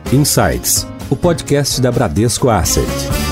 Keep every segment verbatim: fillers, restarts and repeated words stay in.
Insights, o podcast da Bradesco Asset.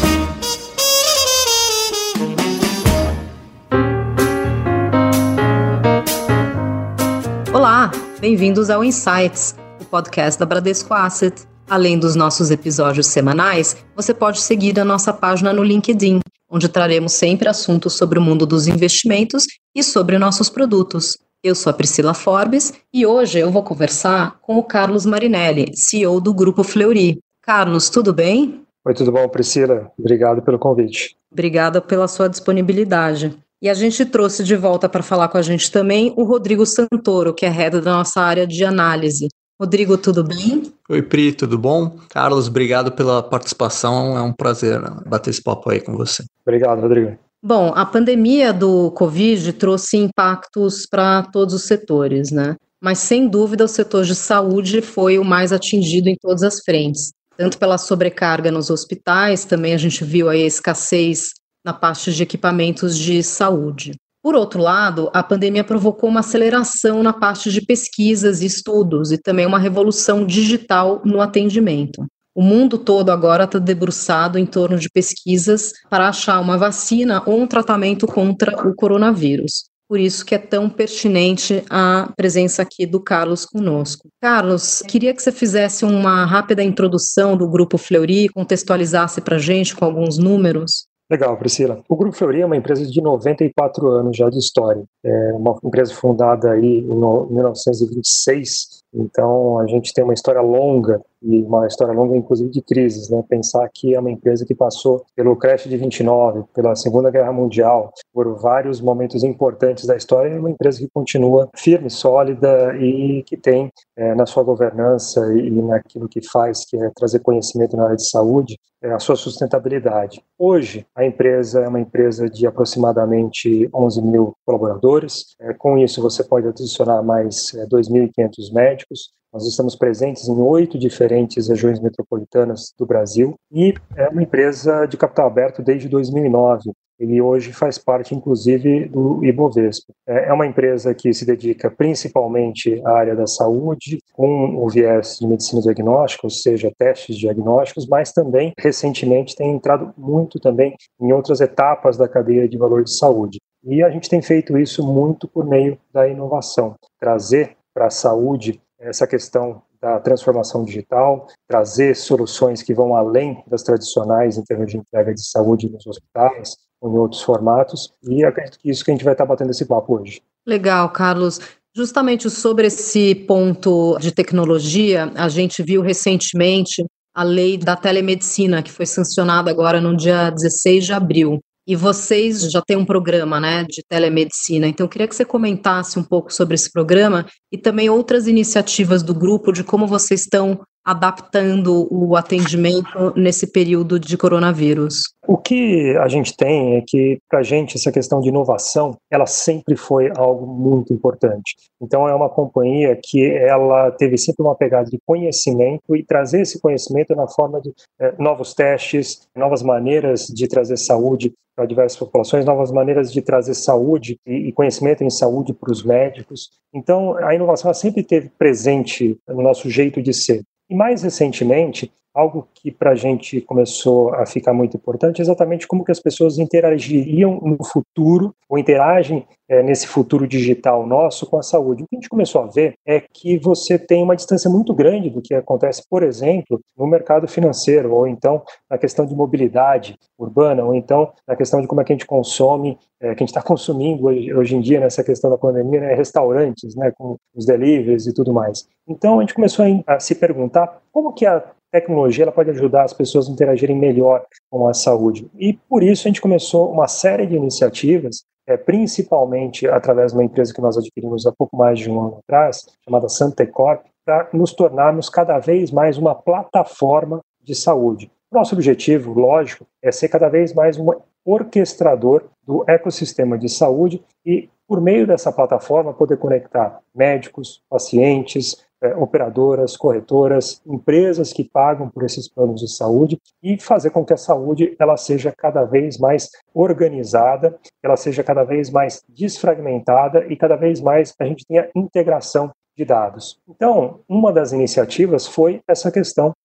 Olá, bem-vindos ao Insights, o podcast da Bradesco Asset. Além dos nossos episódios semanais, você pode seguir a nossa página no LinkedIn, onde traremos sempre assuntos sobre o mundo dos investimentos e sobre nossos produtos. Eu sou a Priscila Forbes e hoje eu vou conversar com o Carlos Marinelli, C E O do Grupo Fleury. Carlos, tudo bem? Oi, tudo bom, Priscila? Obrigado pelo convite. Obrigada pela sua disponibilidade. E a gente trouxe de volta para falar com a gente também o Rodrigo Santoro, que é head da nossa área de análise. Rodrigo, tudo bem? Oi, Pri, tudo bom? Carlos, obrigado pela participação, é um prazer bater esse papo aí com você. Obrigado, Rodrigo. Bom, a pandemia do Covid trouxe impactos para todos os setores, né? Mas, sem dúvida, o setor de saúde foi o mais atingido em todas as frentes. Tanto pela sobrecarga nos hospitais, também a gente viu aí a escassez na parte de equipamentos de saúde. Por outro lado, a pandemia provocou uma aceleração na parte de pesquisas e estudos e também uma revolução digital no atendimento. O mundo todo agora está debruçado em torno de pesquisas para achar uma vacina ou um tratamento contra o coronavírus. Por isso que é tão pertinente a presença aqui do Carlos conosco. Carlos, queria que você fizesse uma rápida introdução do Grupo Fleury, contextualizasse para a gente com alguns números. Legal, Priscila. O Grupo Fleury é uma empresa de noventa e quatro anos já de história. É uma empresa fundada aí em mil novecentos e vinte e seis, então a gente tem uma história longa, e uma história longa inclusive de crises, né? Pensar que é uma empresa que passou pelo crash de vinte e nove, pela Segunda Guerra Mundial, por vários momentos importantes da história, é uma empresa que continua firme, sólida e que tem é, na sua governança e naquilo que faz, que é trazer conhecimento na área de saúde, é, a sua sustentabilidade. Hoje, a empresa é uma empresa de aproximadamente onze mil colaboradores. É, com isso, você pode adicionar mais é, dois mil e quinhentos médicos. Nós estamos presentes em oito diferentes regiões metropolitanas do Brasil e é uma empresa de capital aberto desde dois mil e nove. E hoje faz parte, inclusive, do Ibovespa. É uma empresa que se dedica principalmente à área da saúde, com o viés de medicina diagnóstica, ou seja, testes diagnósticos, mas também, recentemente, tem entrado muito também em outras etapas da cadeia de valor de saúde. E a gente tem feito isso muito por meio da inovação, trazer para a saúde essa questão da transformação digital, trazer soluções que vão além das tradicionais em termos de entrega de saúde nos hospitais, ou em outros formatos, e acredito que isso que a gente vai estar batendo esse papo hoje. Legal, Carlos. Justamente sobre esse ponto de tecnologia, a gente viu recentemente a lei da telemedicina, que foi sancionada agora no dia dezesseis de abril. E vocês já têm um programa, né, de telemedicina, então eu queria que você comentasse um pouco sobre esse programa e também outras iniciativas do grupo de como vocês estão adaptando o atendimento nesse período de coronavírus. O que a gente tem é que, para a gente, essa questão de inovação, ela sempre foi algo muito importante. Então, é uma companhia que ela teve sempre uma pegada de conhecimento e trazer esse conhecimento na forma de eh, novos testes, novas maneiras de trazer saúde para diversas populações, novas maneiras de trazer saúde e conhecimento em saúde para os médicos. Então, a inovação ela sempre esteve presente no nosso jeito de ser. E mais recentemente, algo que para a gente começou a ficar muito importante é exatamente como que as pessoas interagiriam no futuro, ou interagem é, nesse futuro digital nosso com a saúde. O que a gente começou a ver é que você tem uma distância muito grande do que acontece, por exemplo, no mercado financeiro, ou então na questão de mobilidade urbana, ou então na questão de como é que a gente consome, é, que a gente está consumindo hoje, hoje em dia nessa questão da pandemia, né, restaurantes, né, com os deliveries e tudo mais. Então a gente começou a, a se perguntar como que a tecnologia ela pode ajudar as pessoas a interagirem melhor com a saúde. E por isso a gente começou uma série de iniciativas, é, principalmente através de uma empresa que nós adquirimos há pouco mais de um ano atrás, chamada Santecorp, para nos tornarmos cada vez mais uma plataforma de saúde. Nosso objetivo, lógico, é ser cada vez mais um orquestrador do ecossistema de saúde e, por meio dessa plataforma, poder conectar médicos, pacientes, É, operadoras, corretoras, empresas que pagam por esses planos de saúde e fazer com que a saúde ela seja cada vez mais organizada, ela seja cada vez mais desfragmentada e cada vez mais a gente tenha integração de dados. Então, uma das iniciativas foi essa questão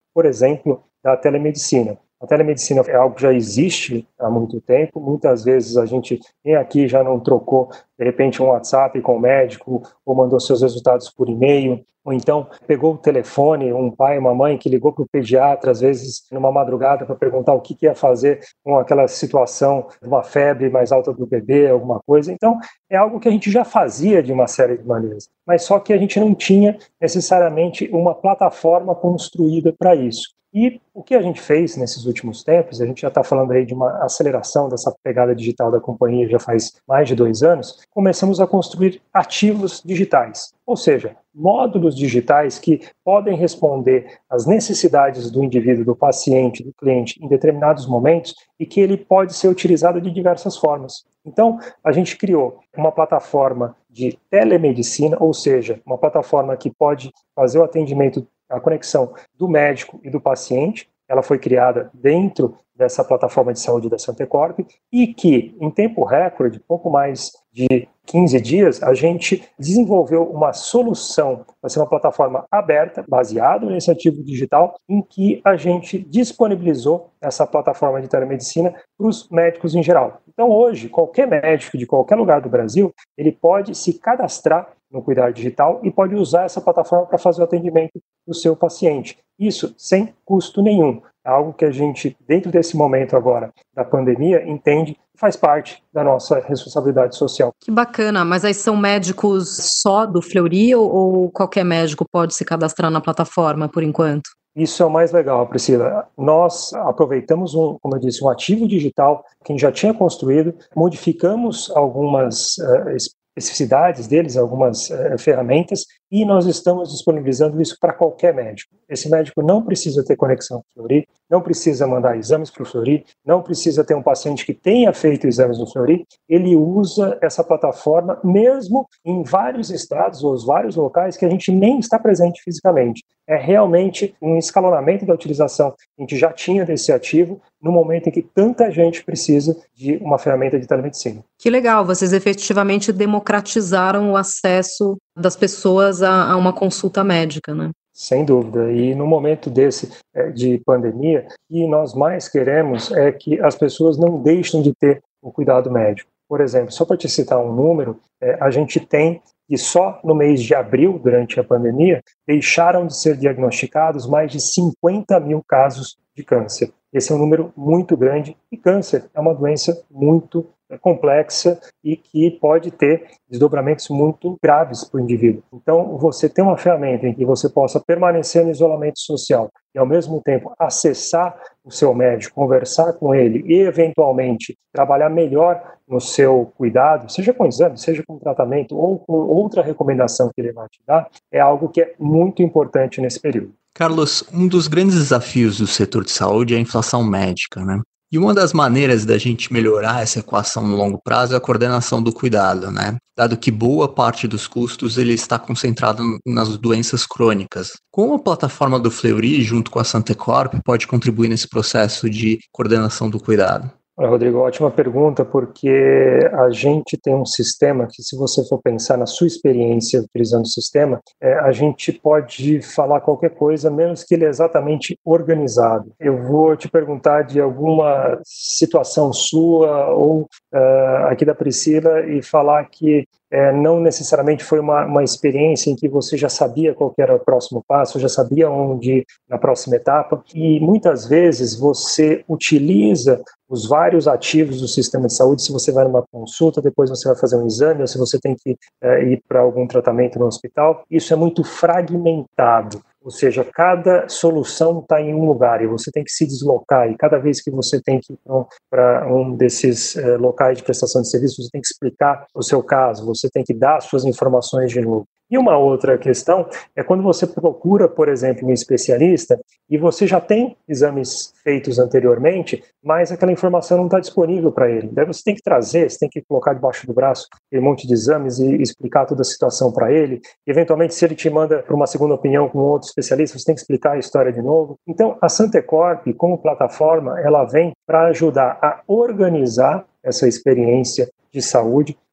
por exemplo, da telemedicina. A telemedicina é algo que já existe há muito tempo. Muitas vezes a gente nem aqui já não trocou, de repente, um WhatsApp com o médico ou mandou seus resultados por e-mail, ou então pegou o telefone, um pai, uma mãe que ligou para o pediatra, às vezes numa madrugada, para perguntar o que, que ia fazer com aquela situação de uma febre mais alta do bebê, alguma coisa. Então, é algo que a gente já fazia de uma série de maneiras, mas só que a gente não tinha necessariamente uma plataforma construída para isso. E o que a gente fez nesses últimos tempos, a gente já está falando aí de uma aceleração dessa pegada digital da companhia já faz mais de dois anos, começamos a construir ativos digitais, ou seja, módulos digitais que podem responder às necessidades do indivíduo, do paciente, do cliente em determinados momentos e que ele pode ser utilizado de diversas formas. Então, a gente criou uma plataforma de telemedicina, ou seja, uma plataforma que pode fazer o atendimento, a conexão do médico e do paciente. Ela foi criada dentro dessa plataforma de saúde da Santecorp e que, em tempo recorde, pouco mais de quinze dias, a gente desenvolveu uma solução, vai ser uma plataforma aberta, baseada nesse ativo digital, em que a gente disponibilizou essa plataforma de telemedicina para os médicos em geral. Então, hoje, qualquer médico de qualquer lugar do Brasil, ele pode se cadastrar no Cuidar Digital e pode usar essa plataforma para fazer o atendimento do seu paciente. Isso sem custo nenhum. É algo que a gente, dentro desse momento agora da pandemia, entende que faz parte da nossa responsabilidade social. Que bacana, mas aí são médicos só do Fleury ou, ou qualquer médico pode se cadastrar na plataforma por enquanto? Isso é o mais legal, Priscila. Nós aproveitamos, um, como eu disse, um ativo digital que a gente já tinha construído, modificamos algumas uh, especificidades deles, algumas uh, ferramentas, e nós estamos disponibilizando isso para qualquer médico. Esse médico não precisa ter conexão com o Fleury, não precisa mandar exames para o Fleury, não precisa ter um paciente que tenha feito exames no Fleury, ele usa essa plataforma mesmo em vários estados ou vários locais que a gente nem está presente fisicamente. É realmente um escalonamento da utilização que a gente já tinha desse ativo no momento em que tanta gente precisa de uma ferramenta de telemedicina. Que legal, vocês efetivamente democratizaram o acesso das pessoas a, a uma consulta médica, né? Sem dúvida. E no momento desse de pandemia, o que nós mais queremos é que as pessoas não deixem de ter o cuidado médico. Por exemplo, só para te citar um número, a gente tem que só no mês de abril, durante a pandemia, deixaram de ser diagnosticados mais de cinquenta mil casos de câncer. Esse é um número muito grande e câncer é uma doença muito complexa e que pode ter desdobramentos muito graves para o indivíduo. Então, você tem uma ferramenta em que você possa permanecer no isolamento social e, ao mesmo tempo, acessar o seu médico, conversar com ele e, eventualmente, trabalhar melhor no seu cuidado, seja com exame, seja com tratamento ou com outra recomendação que ele vai te dar, é algo que é muito importante nesse período. Carlos, um dos grandes desafios do setor de saúde é a inflação médica, né? E uma das maneiras da gente melhorar essa equação no longo prazo é a coordenação do cuidado, né? Dado que boa parte dos custos ele está concentrado nas doenças crônicas. Como a plataforma do Fleury, junto com a Santecorp, pode contribuir nesse processo de coordenação do cuidado? Olha, Rodrigo, ótima pergunta, porque a gente tem um sistema que, se você for pensar na sua experiência utilizando o sistema, é, a gente pode falar qualquer coisa, menos que ele é exatamente organizado. Eu vou te perguntar de alguma situação sua ou uh, aqui da Priscila e falar que É, não necessariamente foi uma, uma experiência em que você já sabia qual que era o próximo passo, já sabia onde ir na próxima etapa, e muitas vezes você utiliza os vários ativos do sistema de saúde. Se você vai numa consulta, depois você vai fazer um exame, ou se você tem que é, ir para algum tratamento no hospital, isso é muito fragmentado. Ou seja, cada solução está em um lugar e você tem que se deslocar, e cada vez que você tem que ir para um desses eh, locais de prestação de serviço, você tem que explicar o seu caso, você tem que dar as suas informações de novo. E uma outra questão é quando você procura, por exemplo, um especialista e você já tem exames feitos anteriormente, mas aquela informação não está disponível para ele. Daí você tem que trazer, você tem que colocar debaixo do braço um monte de exames e explicar toda a situação para ele. E, eventualmente, se ele te manda para uma segunda opinião com outro especialista, você tem que explicar a história de novo. Então, a Santecorp, como plataforma, ela vem para ajudar a organizar essa experiência de saúde,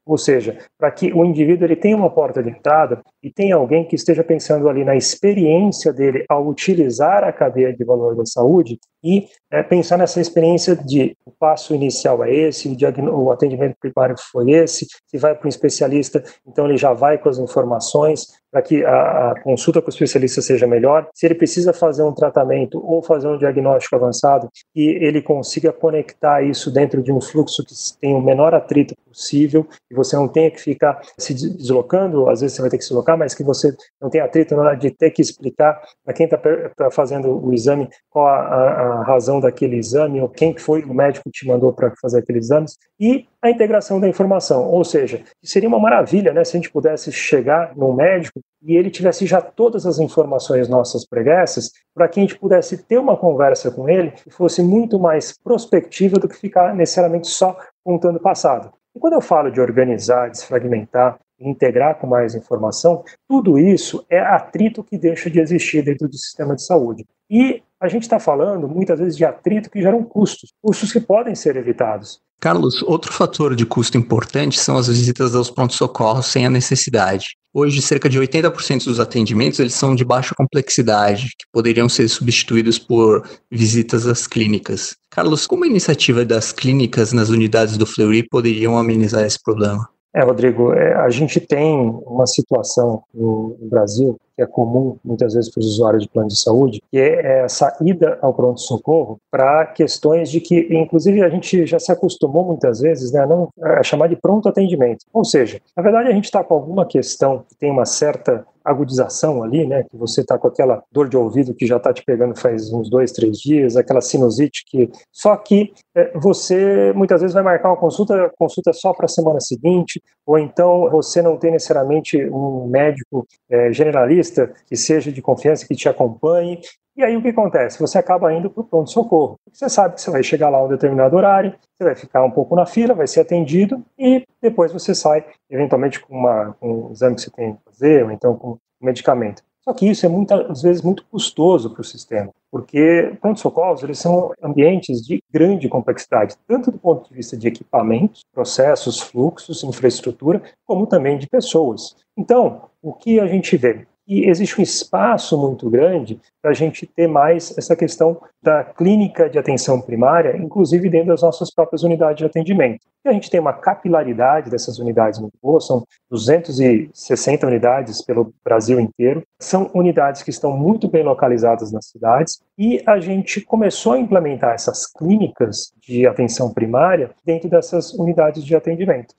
ou seja, para que o indivíduo ele tenha uma porta de entrada e tenha alguém que esteja pensando ali na experiência dele ao utilizar a cadeia de valor da saúde e é, pensar nessa experiência de o passo inicial é esse, o, diagn- o atendimento primário foi esse, se vai para um especialista, então ele já vai com as informações para que a, a consulta com o especialista seja melhor. Se ele precisa fazer um tratamento ou fazer um diagnóstico avançado, que ele consiga conectar isso dentro de um fluxo que tem o menor atrito possível, e você não tenha que ficar se deslocando, às vezes você vai ter que se deslocar, mas que você não tenha atrito na hora de ter que explicar para quem está tá fazendo o exame qual a, a, a razão daquele exame, ou quem foi o médico que te mandou para fazer aqueles exames, e a integração da informação, ou seja, seria uma maravilha, né, se a gente pudesse chegar num médico e ele tivesse já todas as informações nossas pregressas, para que a gente pudesse ter uma conversa com ele que fosse muito mais prospectiva do que ficar necessariamente só contando o passado. E quando eu falo de organizar, desfragmentar, integrar com mais informação, tudo isso é atrito que deixa de existir dentro do sistema de saúde. E a gente está falando, muitas vezes, de atrito que geram custos, custos que podem ser evitados. Carlos, outro fator de custo importante são as visitas aos pronto-socorros sem a necessidade. Hoje, cerca de oitenta por cento dos atendimentos eles são de baixa complexidade, que poderiam ser substituídos por visitas às clínicas. Carlos, como a iniciativa das clínicas nas unidades do Fleury poderiam amenizar esse problema? É, Rodrigo, é, a gente tem uma situação no, no Brasil que é comum muitas vezes para os usuários de plano de saúde, que é essa ida ao pronto-socorro para questões de que, inclusive, a gente já se acostumou muitas vezes, né, a, não, a chamar de pronto atendimento. Ou seja, na verdade a gente está com alguma questão que tem uma certa agudização ali, né, que você está com aquela dor de ouvido que já está te pegando faz uns dois, três dias, aquela sinusite que... Só que é, você muitas vezes vai marcar uma consulta, consulta só para a semana seguinte, ou então você não tem necessariamente um médico é, generalista que seja de confiança, que te acompanhe, e aí o que acontece? Você acaba indo para o pronto-socorro. Você sabe que você vai chegar lá a um determinado horário, você vai ficar um pouco na fila, vai ser atendido, e depois você sai, eventualmente, com, uma, com um exame que você tem que fazer, ou então com um medicamento. Só que isso é muitas vezes muito custoso para o sistema, porque pronto-socorros eles são ambientes de grande complexidade, tanto do ponto de vista de equipamentos, processos, fluxos, infraestrutura, como também de pessoas. Então, o que a gente vê? E existe um espaço muito grande para a gente ter mais essa questão da clínica de atenção primária, inclusive dentro das nossas próprias unidades de atendimento. E a gente tem uma capilaridade dessas unidades muito boa, são duzentas e sessenta unidades pelo Brasil inteiro, são unidades que estão muito bem localizadas nas cidades, e a gente começou a implementar essas clínicas de atenção primária dentro dessas unidades de atendimento.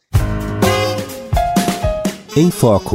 Em Foco.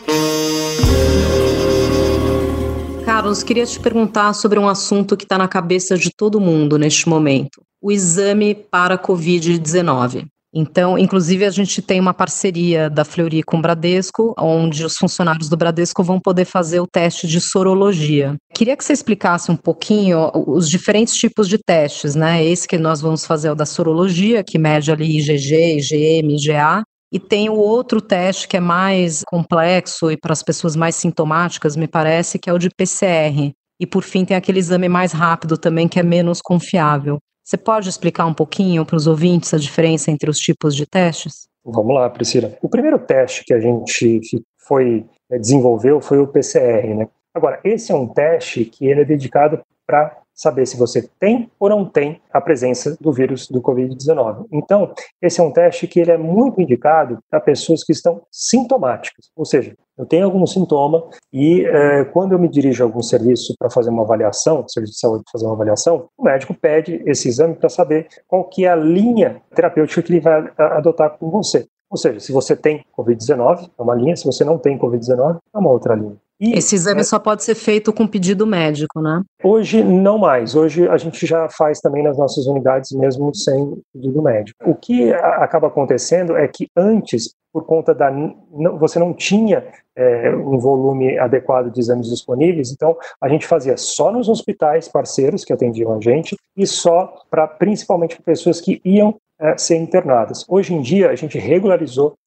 Carlos, queria te perguntar sobre um assunto que está na cabeça de todo mundo neste momento, o exame para a covid dezenove. Então, inclusive, a gente tem uma parceria da Fleury com o Bradesco, onde os funcionários do Bradesco vão poder fazer o teste de sorologia. Queria que você explicasse um pouquinho os diferentes tipos de testes, né? Esse que nós vamos fazer é o da sorologia, que mede ali I G G, I G M, I G A. E tem o outro teste que é mais complexo e para as pessoas mais sintomáticas, me parece, que é o de P C R. E, por fim, tem aquele exame mais rápido também, que é menos confiável. Você pode explicar um pouquinho para os ouvintes a diferença entre os tipos de testes? Vamos lá, Priscila. O primeiro teste que a gente foi, desenvolveu foi o P C R, né? Agora, esse é um teste que ele é dedicado para saber se você tem ou não tem a presença do vírus do covid dezenove. Então, esse é um teste que ele é muito indicado para pessoas que estão sintomáticas, ou seja, eu tenho algum sintoma e é, quando eu me dirijo a algum serviço para fazer uma avaliação, serviço de saúde para fazer uma avaliação, o médico pede esse exame para saber qual que é a linha terapêutica que ele vai adotar com você. Ou seja, se você tem covid dezenove, é uma linha, se você não tem covid dezenove, é uma outra linha. E esse exame é, só pode ser feito com pedido médico, né? Hoje não mais. Hoje a gente já faz também nas nossas unidades mesmo sem pedido médico. O que a, acaba acontecendo é que antes, por conta da... Não, você não tinha é, um volume adequado de exames disponíveis, então a gente fazia só nos hospitais parceiros que atendiam a gente e só para principalmente pessoas que iam é, ser internadas. Hoje em dia a gente regularizou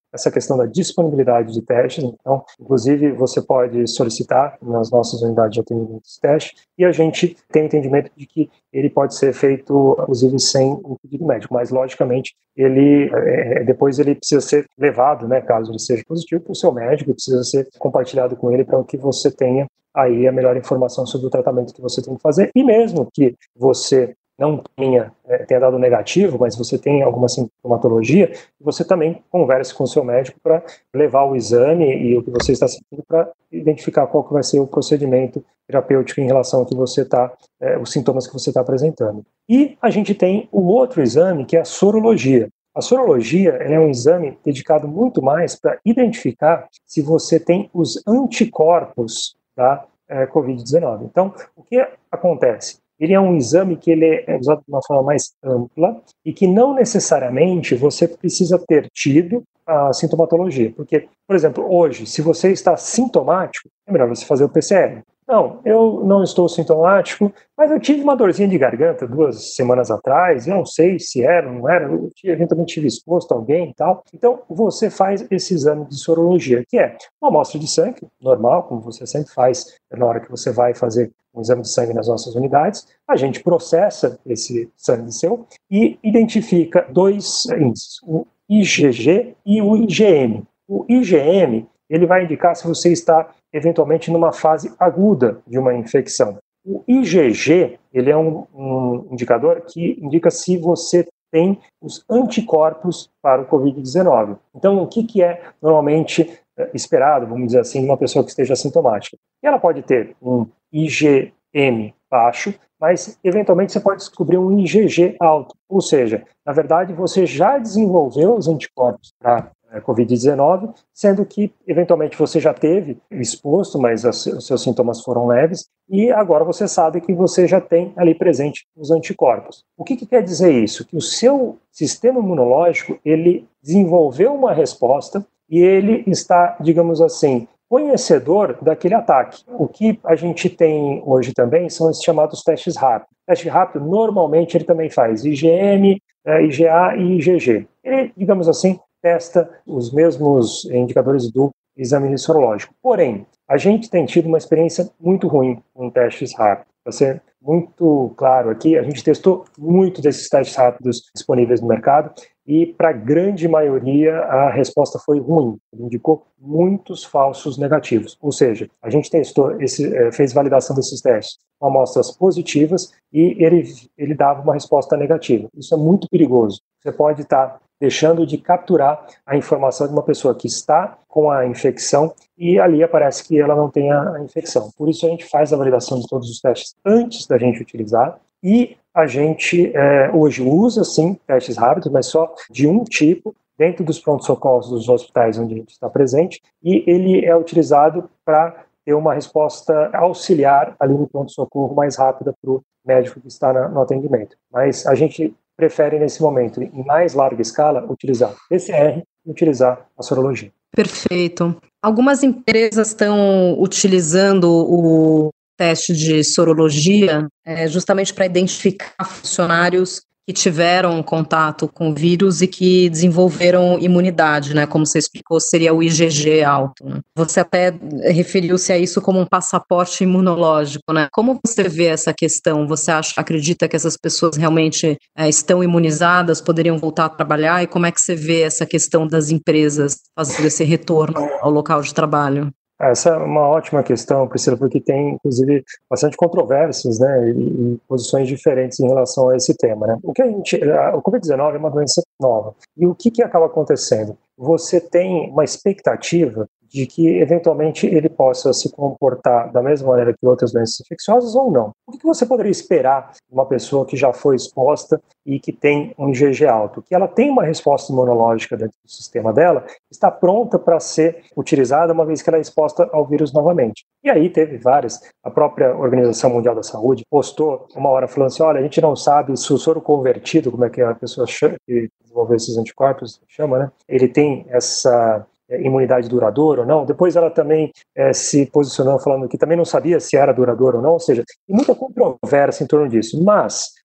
essa questão da disponibilidade de testes. Então, inclusive, você pode solicitar nas nossas unidades de atendimento de teste e a gente tem o entendimento de que ele pode ser feito, inclusive, sem um pedido médico, mas, logicamente, ele, é, depois ele precisa ser levado, né, caso ele seja positivo, para o seu médico, precisa ser compartilhado com ele para que você tenha aí a melhor informação sobre o tratamento que você tem que fazer. E mesmo que você não tenha, é, tenha dado negativo, mas você tem alguma sintomatologia, você também converse com o seu médico para levar o exame e o que você está sentindo para identificar qual que vai ser o procedimento terapêutico em relação ao que você está, é, os sintomas que você está apresentando. E a gente tem o outro exame, que é a sorologia. A sorologia é um exame dedicado muito mais para identificar se você tem os anticorpos da é, covid dezenove. Então, o que acontece? Ele é um exame que ele é usado de uma forma mais ampla e que não necessariamente você precisa ter tido a sintomatologia. Porque, por exemplo, hoje, se você está sintomático, é melhor você fazer o P C R. Não, eu não estou sintomático, mas eu tive uma dorzinha de garganta duas semanas atrás, eu não sei se era ou não era, eu eventualmente tive exposto a alguém e tal. Então, você faz esse exame de sorologia, que é uma amostra de sangue, normal, como você sempre faz na hora que você vai fazer um exame de sangue nas nossas unidades. A gente processa esse sangue seu e identifica dois índices, o I G G e o I G M. O I G M, ele vai indicar se você está eventualmente numa fase aguda de uma infecção. O I G G, ele é um, um indicador que indica se você tem os anticorpos para o covid dezenove. Então, o que, que é normalmente esperado, vamos dizer assim, de uma pessoa que esteja sintomática? E ela pode ter um I G M baixo, mas eventualmente você pode descobrir um I G G alto. Ou seja, na verdade, você já desenvolveu os anticorpos para covid dezenove, sendo que eventualmente você já teve exposto, mas os seus sintomas foram leves, e agora você sabe que você já tem ali presente os anticorpos. O que, que quer dizer isso? Que o seu sistema imunológico, ele desenvolveu uma resposta e ele está, digamos assim, conhecedor daquele ataque. O que a gente tem hoje também são os chamados testes rápidos. O teste rápido, normalmente, ele também faz I G M, I G A e I G G. Ele, digamos assim, testa os mesmos indicadores do exame sorológico. Porém, a gente tem tido uma experiência muito ruim com testes rápidos. Para ser muito claro aqui, a gente testou muito desses testes rápidos disponíveis no mercado e, para a grande maioria, a resposta foi ruim. Ele indicou muitos falsos negativos. Ou seja, a gente testou, esse, fez validação desses testes com amostras positivas e ele, ele dava uma resposta negativa. Isso é muito perigoso. Você pode estar deixando de capturar a informação de uma pessoa que está com a infecção e ali aparece que ela não tem a infecção. Por isso a gente faz a validação de todos os testes antes da gente utilizar e a gente é, hoje usa sim testes rápidos, mas só de um tipo dentro dos pronto-socorros dos hospitais onde a gente está presente e ele é utilizado para ter uma resposta auxiliar ali no pronto-socorro mais rápida para o médico que está na, no atendimento. Mas a gente prefere, nesse momento, em mais larga escala, utilizar P C R e utilizar a sorologia. Perfeito. Algumas empresas estão utilizando o teste de sorologia é, justamente para identificar funcionários que tiveram contato com o vírus e que desenvolveram imunidade, né? Como você explicou, seria o I G G alto. Né? Você até referiu-se a isso como um passaporte imunológico, né? Como você vê essa questão? Você acha, acredita que essas pessoas realmente é, estão imunizadas, poderiam voltar a trabalhar? E como é que você vê essa questão das empresas fazendo esse retorno ao local de trabalho? Essa é uma ótima questão, Priscila, porque tem, inclusive, bastante controvérsias, né, e, e posições diferentes em relação a esse tema, né. O que a gente, o covid dezenove é uma doença nova, e o que que acaba acontecendo? Você tem uma expectativa de que, eventualmente, ele possa se comportar da mesma maneira que outras doenças infecciosas ou não. O que você poderia esperar de uma pessoa que já foi exposta e que tem um I G G alto? Que ela tem uma resposta imunológica dentro do sistema dela, está pronta para ser utilizada uma vez que ela é exposta ao vírus novamente. E aí teve várias. A própria Organização Mundial da Saúde postou uma hora falando assim, olha, a gente não sabe se o soro convertido, como é que a pessoa chama, que desenvolveu esses anticorpos, chama, né? Ele tem essa imunidade duradoura ou não. Depois ela também é, se posicionou falando que também não sabia se era duradoura ou não, ou seja, tem muita controvérsia em torno disso. Mas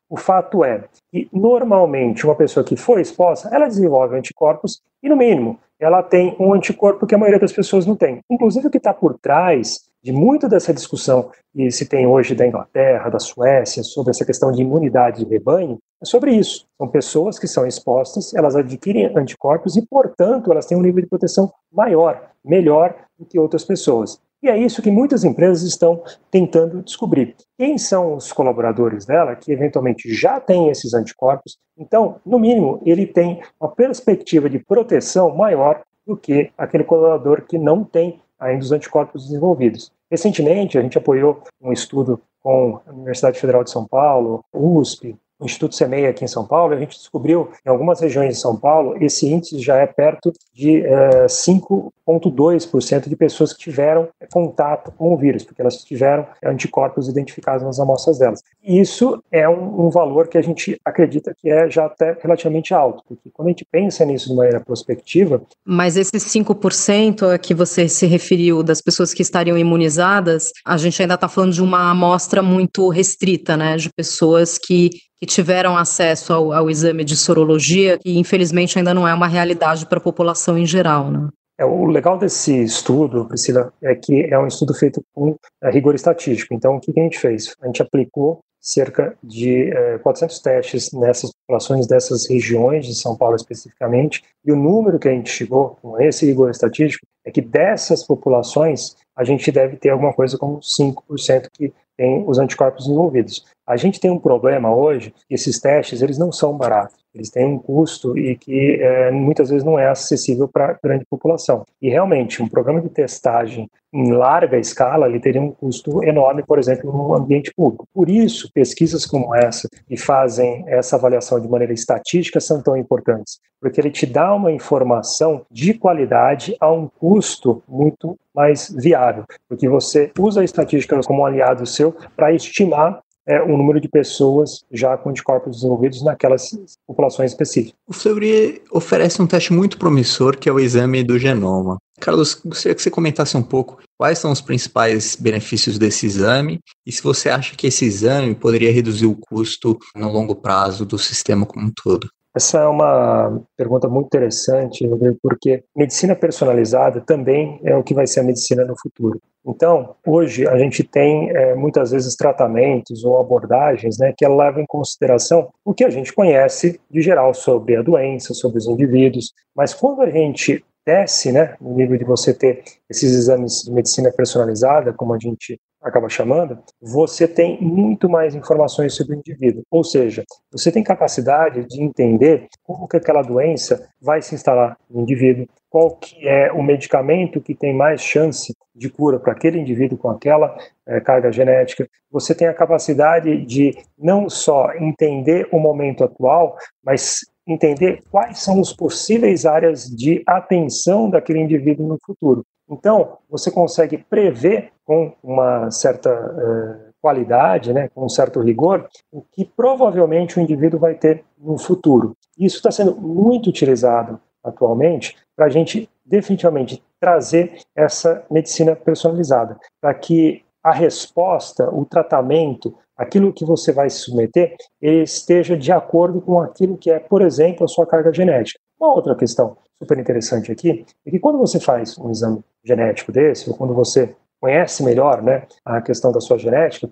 O fato é que, normalmente, uma pessoa que foi exposta, ela desenvolve anticorpos e, no mínimo, ela tem um anticorpo que a maioria das pessoas não tem. Inclusive, o que está por trás de muito dessa discussão que se tem hoje da Inglaterra, da Suécia, sobre essa questão de imunidade de rebanho, é sobre isso. São pessoas que são expostas, elas adquirem anticorpos e, portanto, elas têm um nível de proteção maior, melhor do que outras pessoas. E é isso que muitas empresas estão tentando descobrir. Quem são os colaboradores dela que eventualmente já têm esses anticorpos? Então, no mínimo, ele tem uma perspectiva de proteção maior do que aquele colaborador que não tem ainda os anticorpos desenvolvidos. Recentemente, a gente apoiou um estudo com a Universidade Federal de São Paulo, U S P, o Instituto SEMEI aqui em São Paulo, e a gente descobriu em algumas regiões de São Paulo, esse índice já é perto de eh, cinco vírgula dois por cento de pessoas que tiveram contato com o vírus, porque elas tiveram anticorpos identificados nas amostras delas. E isso é um, um valor que a gente acredita que é já até relativamente alto, porque quando a gente pensa nisso de maneira prospectiva... Mas esses cinco por cento a que você se referiu das pessoas que estariam imunizadas, a gente ainda está falando de uma amostra muito restrita, né, de pessoas que que tiveram acesso ao, ao exame de sorologia, que infelizmente ainda não é uma realidade para a população em geral, né? É, o legal desse estudo, Priscila, é que é um estudo feito com é, rigor estatístico. Então, o que a gente fez? A gente aplicou cerca de é, quatrocentos testes nessas populações dessas regiões de São Paulo especificamente, e o número que a gente chegou com esse rigor estatístico é que dessas populações a gente deve ter alguma coisa como cinco por cento que tem os anticorpos envolvidos. A gente tem um problema hoje, que esses testes eles não são baratos, eles têm um custo e que é, muitas vezes não é acessível para a grande população. E realmente, um programa de testagem em larga escala, ele teria um custo enorme, por exemplo, no ambiente público. Por isso, pesquisas como essa, que fazem essa avaliação de maneira estatística, são tão importantes, porque ele te dá uma informação de qualidade a um custo muito mais viável, porque você usa a estatística como um aliado seu para estimar É, o número de pessoas já com anticorpos desenvolvidos naquelas populações específicas. O Fleury oferece um teste muito promissor, que é o exame do genoma. Carlos, gostaria que você comentasse um pouco quais são os principais benefícios desse exame e se você acha que esse exame poderia reduzir o custo no longo prazo do sistema como um todo. Essa é uma pergunta muito interessante, porque medicina personalizada também é o que vai ser a medicina no futuro. Então, hoje a gente tem é, muitas vezes tratamentos ou abordagens, né, que levam em consideração o que a gente conhece de geral sobre a doença, sobre os indivíduos, mas quando a gente desce, né, no nível de você ter esses exames de medicina personalizada, como a gente acaba chamando, você tem muito mais informações sobre o indivíduo. Ou seja, você tem capacidade de entender como que aquela doença vai se instalar no indivíduo, qual que é o medicamento que tem mais chance de cura para aquele indivíduo com aquela é, carga genética. Você tem a capacidade de não só entender o momento atual, mas entender quais são as possíveis áreas de atenção daquele indivíduo no futuro. Então, você consegue prever com uma certa uh, qualidade, né, com um certo rigor, o que provavelmente o indivíduo vai ter no futuro. Isso está sendo muito utilizado atualmente para a gente definitivamente trazer essa medicina personalizada, para que a resposta, o tratamento, aquilo que você vai se submeter, ele esteja de acordo com aquilo que é, por exemplo, a sua carga genética. Uma outra questão super interessante aqui é que quando você faz um exame genético desse, ou quando você conhece melhor, né, a questão da sua genética,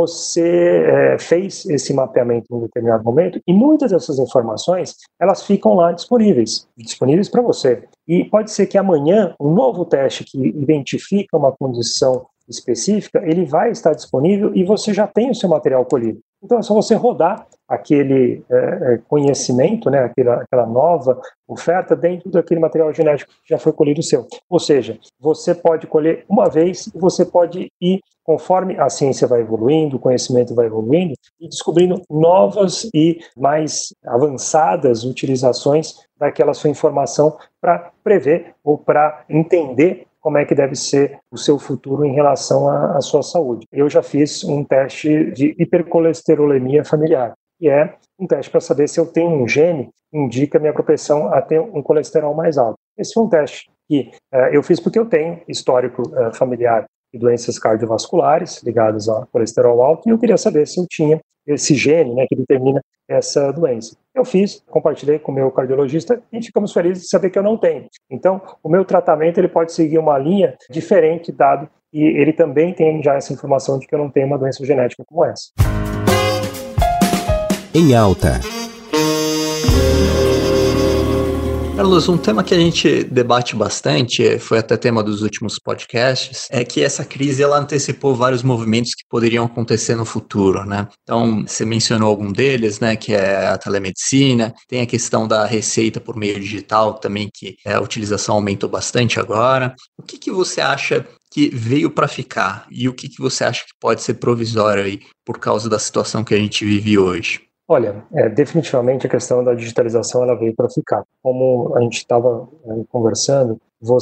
você é, fez esse mapeamento em um determinado momento e muitas dessas informações, elas ficam lá disponíveis, disponíveis para você. E pode ser que amanhã um novo teste que identifica uma condição específica, ele vai estar disponível e você já tem o seu material colhido. Então é só você rodar aquele é, conhecimento, né, aquela, aquela nova oferta dentro daquele material genético que já foi colhido seu. Ou seja, você pode colher uma vez e você pode ir, conforme a ciência vai evoluindo, o conhecimento vai evoluindo, e descobrindo novas e mais avançadas utilizações daquela sua informação para prever ou para entender como é que deve ser o seu futuro em relação à, à sua saúde. Eu já fiz um teste de hipercolesterolemia familiar, que é um teste para saber se eu tenho um gene que indica minha propensão a ter um colesterol mais alto. Esse foi um teste que uh, eu fiz porque eu tenho histórico uh, familiar de doenças cardiovasculares ligadas a colesterol alto e eu queria saber se eu tinha esse gene, né, que determina essa doença. Eu fiz, compartilhei com o meu cardiologista e ficamos felizes de saber que eu não tenho. Então, o meu tratamento ele pode seguir uma linha diferente, dado que ele também tem já essa informação de que eu não tenho uma doença genética como essa. Em Alta. Carlos, um tema que a gente debate bastante, foi até tema dos últimos podcasts, é que essa crise ela antecipou vários movimentos que poderiam acontecer no futuro, né? Então, você mencionou algum deles, né, que é a telemedicina, tem a questão da receita por meio digital também, que a utilização aumentou bastante agora. O que, que você acha que veio para ficar e o que, que você acha que pode ser provisório aí por causa da situação que a gente vive hoje? Olha, é, definitivamente a questão da digitalização ela veio para ficar. Como a gente estava é, conversando,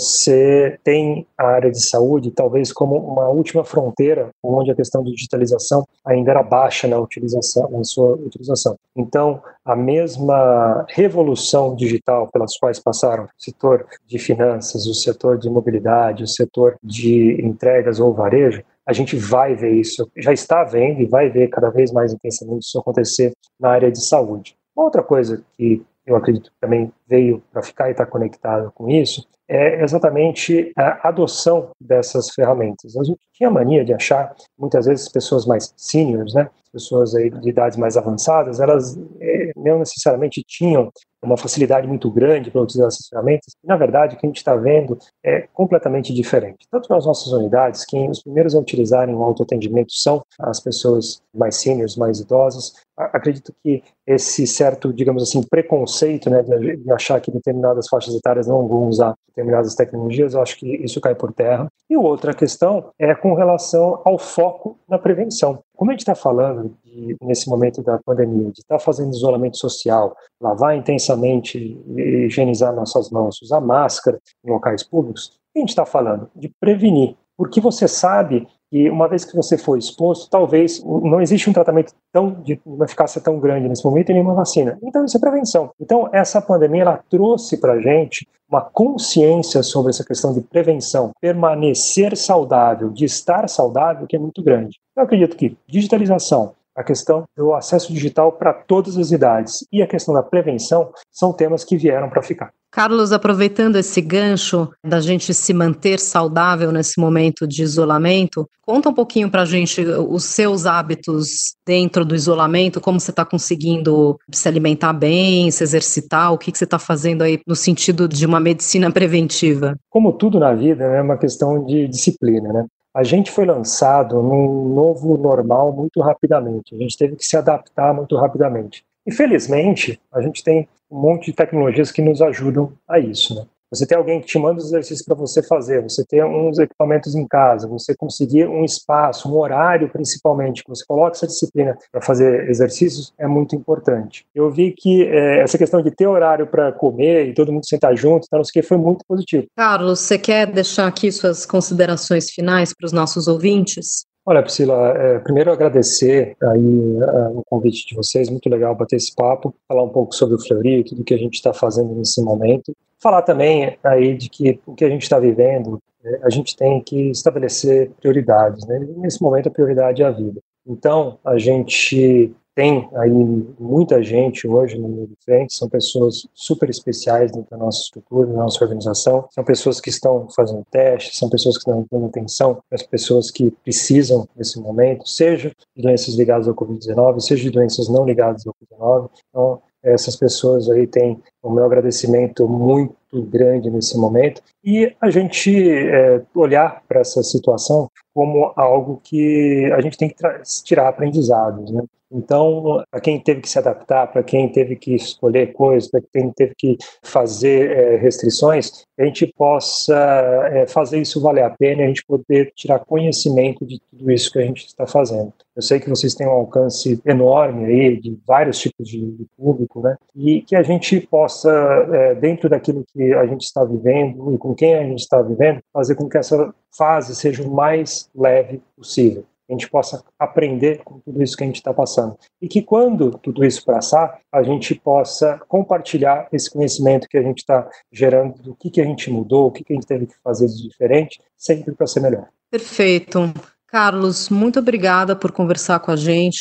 você tem a área de saúde talvez como uma última fronteira onde a questão de digitalização ainda era baixa na utilização, na sua utilização. Então, a mesma revolução digital pelas quais passaram o setor de finanças, o setor de mobilidade, o setor de entregas ou varejo, a gente vai ver isso, já está vendo e vai ver cada vez mais intensamente isso acontecer na área de saúde. Uma outra coisa que eu acredito que também veio para ficar e está conectado com isso é exatamente a adoção dessas ferramentas. A gente tinha a mania de achar, muitas vezes, pessoas mais seniors, né, pessoas aí de idades mais avançadas, elas é, não necessariamente tinham uma facilidade muito grande para utilizar essas ferramentas. E, na verdade, o que a gente está vendo é completamente diferente. Tanto nas nossas unidades, quem os primeiros a utilizarem o autoatendimento são as pessoas mais seniors, mais idosas. Acredito que esse certo, digamos assim, preconceito, né, de achar que determinadas faixas etárias não vão usar determinadas tecnologias, eu acho que isso cai por terra. E outra questão é com relação ao foco na prevenção. Como a gente está falando, de, nesse momento da pandemia, de estar tá fazendo isolamento social, lavar intensamente e higienizar nossas mãos, usar máscara em locais públicos, o que a gente está falando? De prevenir. Porque você sabe que uma vez que você for exposto, talvez não existe um tratamento tão, de uma eficácia tão grande nesse momento e nenhuma vacina. Então isso é prevenção. Então essa pandemia ela trouxe para a gente uma consciência sobre essa questão de prevenção, permanecer saudável, de estar saudável, que é muito grande. Eu acredito que digitalização, a questão do acesso digital para todas as idades e a questão da prevenção são temas que vieram para ficar. Carlos, aproveitando esse gancho da gente se manter saudável nesse momento de isolamento, conta um pouquinho para a gente os seus hábitos dentro do isolamento, como você está conseguindo se alimentar bem, se exercitar, o que, que você está fazendo aí no sentido de uma medicina preventiva? Como tudo na vida, é uma questão de disciplina, né? A gente foi lançado num novo normal muito rapidamente, a gente teve que se adaptar muito rapidamente. E felizmente, a gente tem um monte de tecnologias que nos ajudam a isso, né? Você tem alguém que te manda os exercícios para você fazer, você tem uns equipamentos em casa, você conseguir um espaço, um horário principalmente, que você coloca essa disciplina para fazer exercícios, é muito importante. Eu vi que é, essa questão de ter horário para comer e todo mundo sentar junto, então, não sei o que, foi muito positivo. Carlos, você quer deixar aqui suas considerações finais para os nossos ouvintes? Olha, Priscila, é, primeiro agradecer aí é, o convite de vocês, muito legal bater esse papo, falar um pouco sobre o Fleury e tudo que a gente está fazendo nesse momento. Falar também aí de que o que a gente está vivendo, é, a gente tem que estabelecer prioridades, né? Nesse momento a prioridade é a vida. Então, a gente tem aí muita gente hoje no meio de frente, são pessoas super especiais dentro da nossa estrutura, da nossa organização, são pessoas que estão fazendo testes, são pessoas que estão dando atenção para as pessoas que precisam nesse momento, seja de doenças ligadas ao covid dezenove, seja de doenças não ligadas ao covid dezenove. Então, essas pessoas aí têm o meu agradecimento muito grande nesse momento e a gente é, olhar para essa situação como algo que a gente tem que tirar aprendizados, né? Então, para quem teve que se adaptar, para quem teve que escolher coisas, para quem teve que fazer é, restrições, a gente possa é, fazer isso valer a pena e a gente poder tirar conhecimento de tudo isso que a gente está fazendo. Eu sei que vocês têm um alcance enorme aí de vários tipos de, de público, né? E que a gente possa, é, dentro daquilo que a gente está vivendo e com quem a gente está vivendo, fazer com que essa fase seja o mais leve possível. A gente possa aprender com tudo isso que a gente está passando. E que quando tudo isso passar, a gente possa compartilhar esse conhecimento que a gente está gerando do que, que a gente mudou, o que, que a gente teve que fazer de diferente, sempre para ser melhor. Perfeito. Carlos, muito obrigada por conversar com a gente.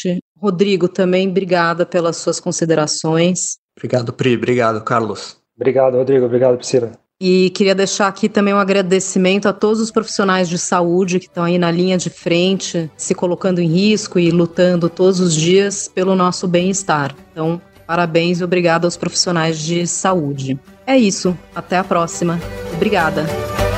Rodrigo, também obrigada pelas suas considerações. Obrigado, Pri. Obrigado, Carlos. Obrigado, Rodrigo. Obrigado, Priscila. E queria deixar aqui também um agradecimento a todos os profissionais de saúde que estão aí na linha de frente, se colocando em risco e lutando todos os dias pelo nosso bem-estar. Então, parabéns e obrigado aos profissionais de saúde. É isso. Até a próxima. Obrigada.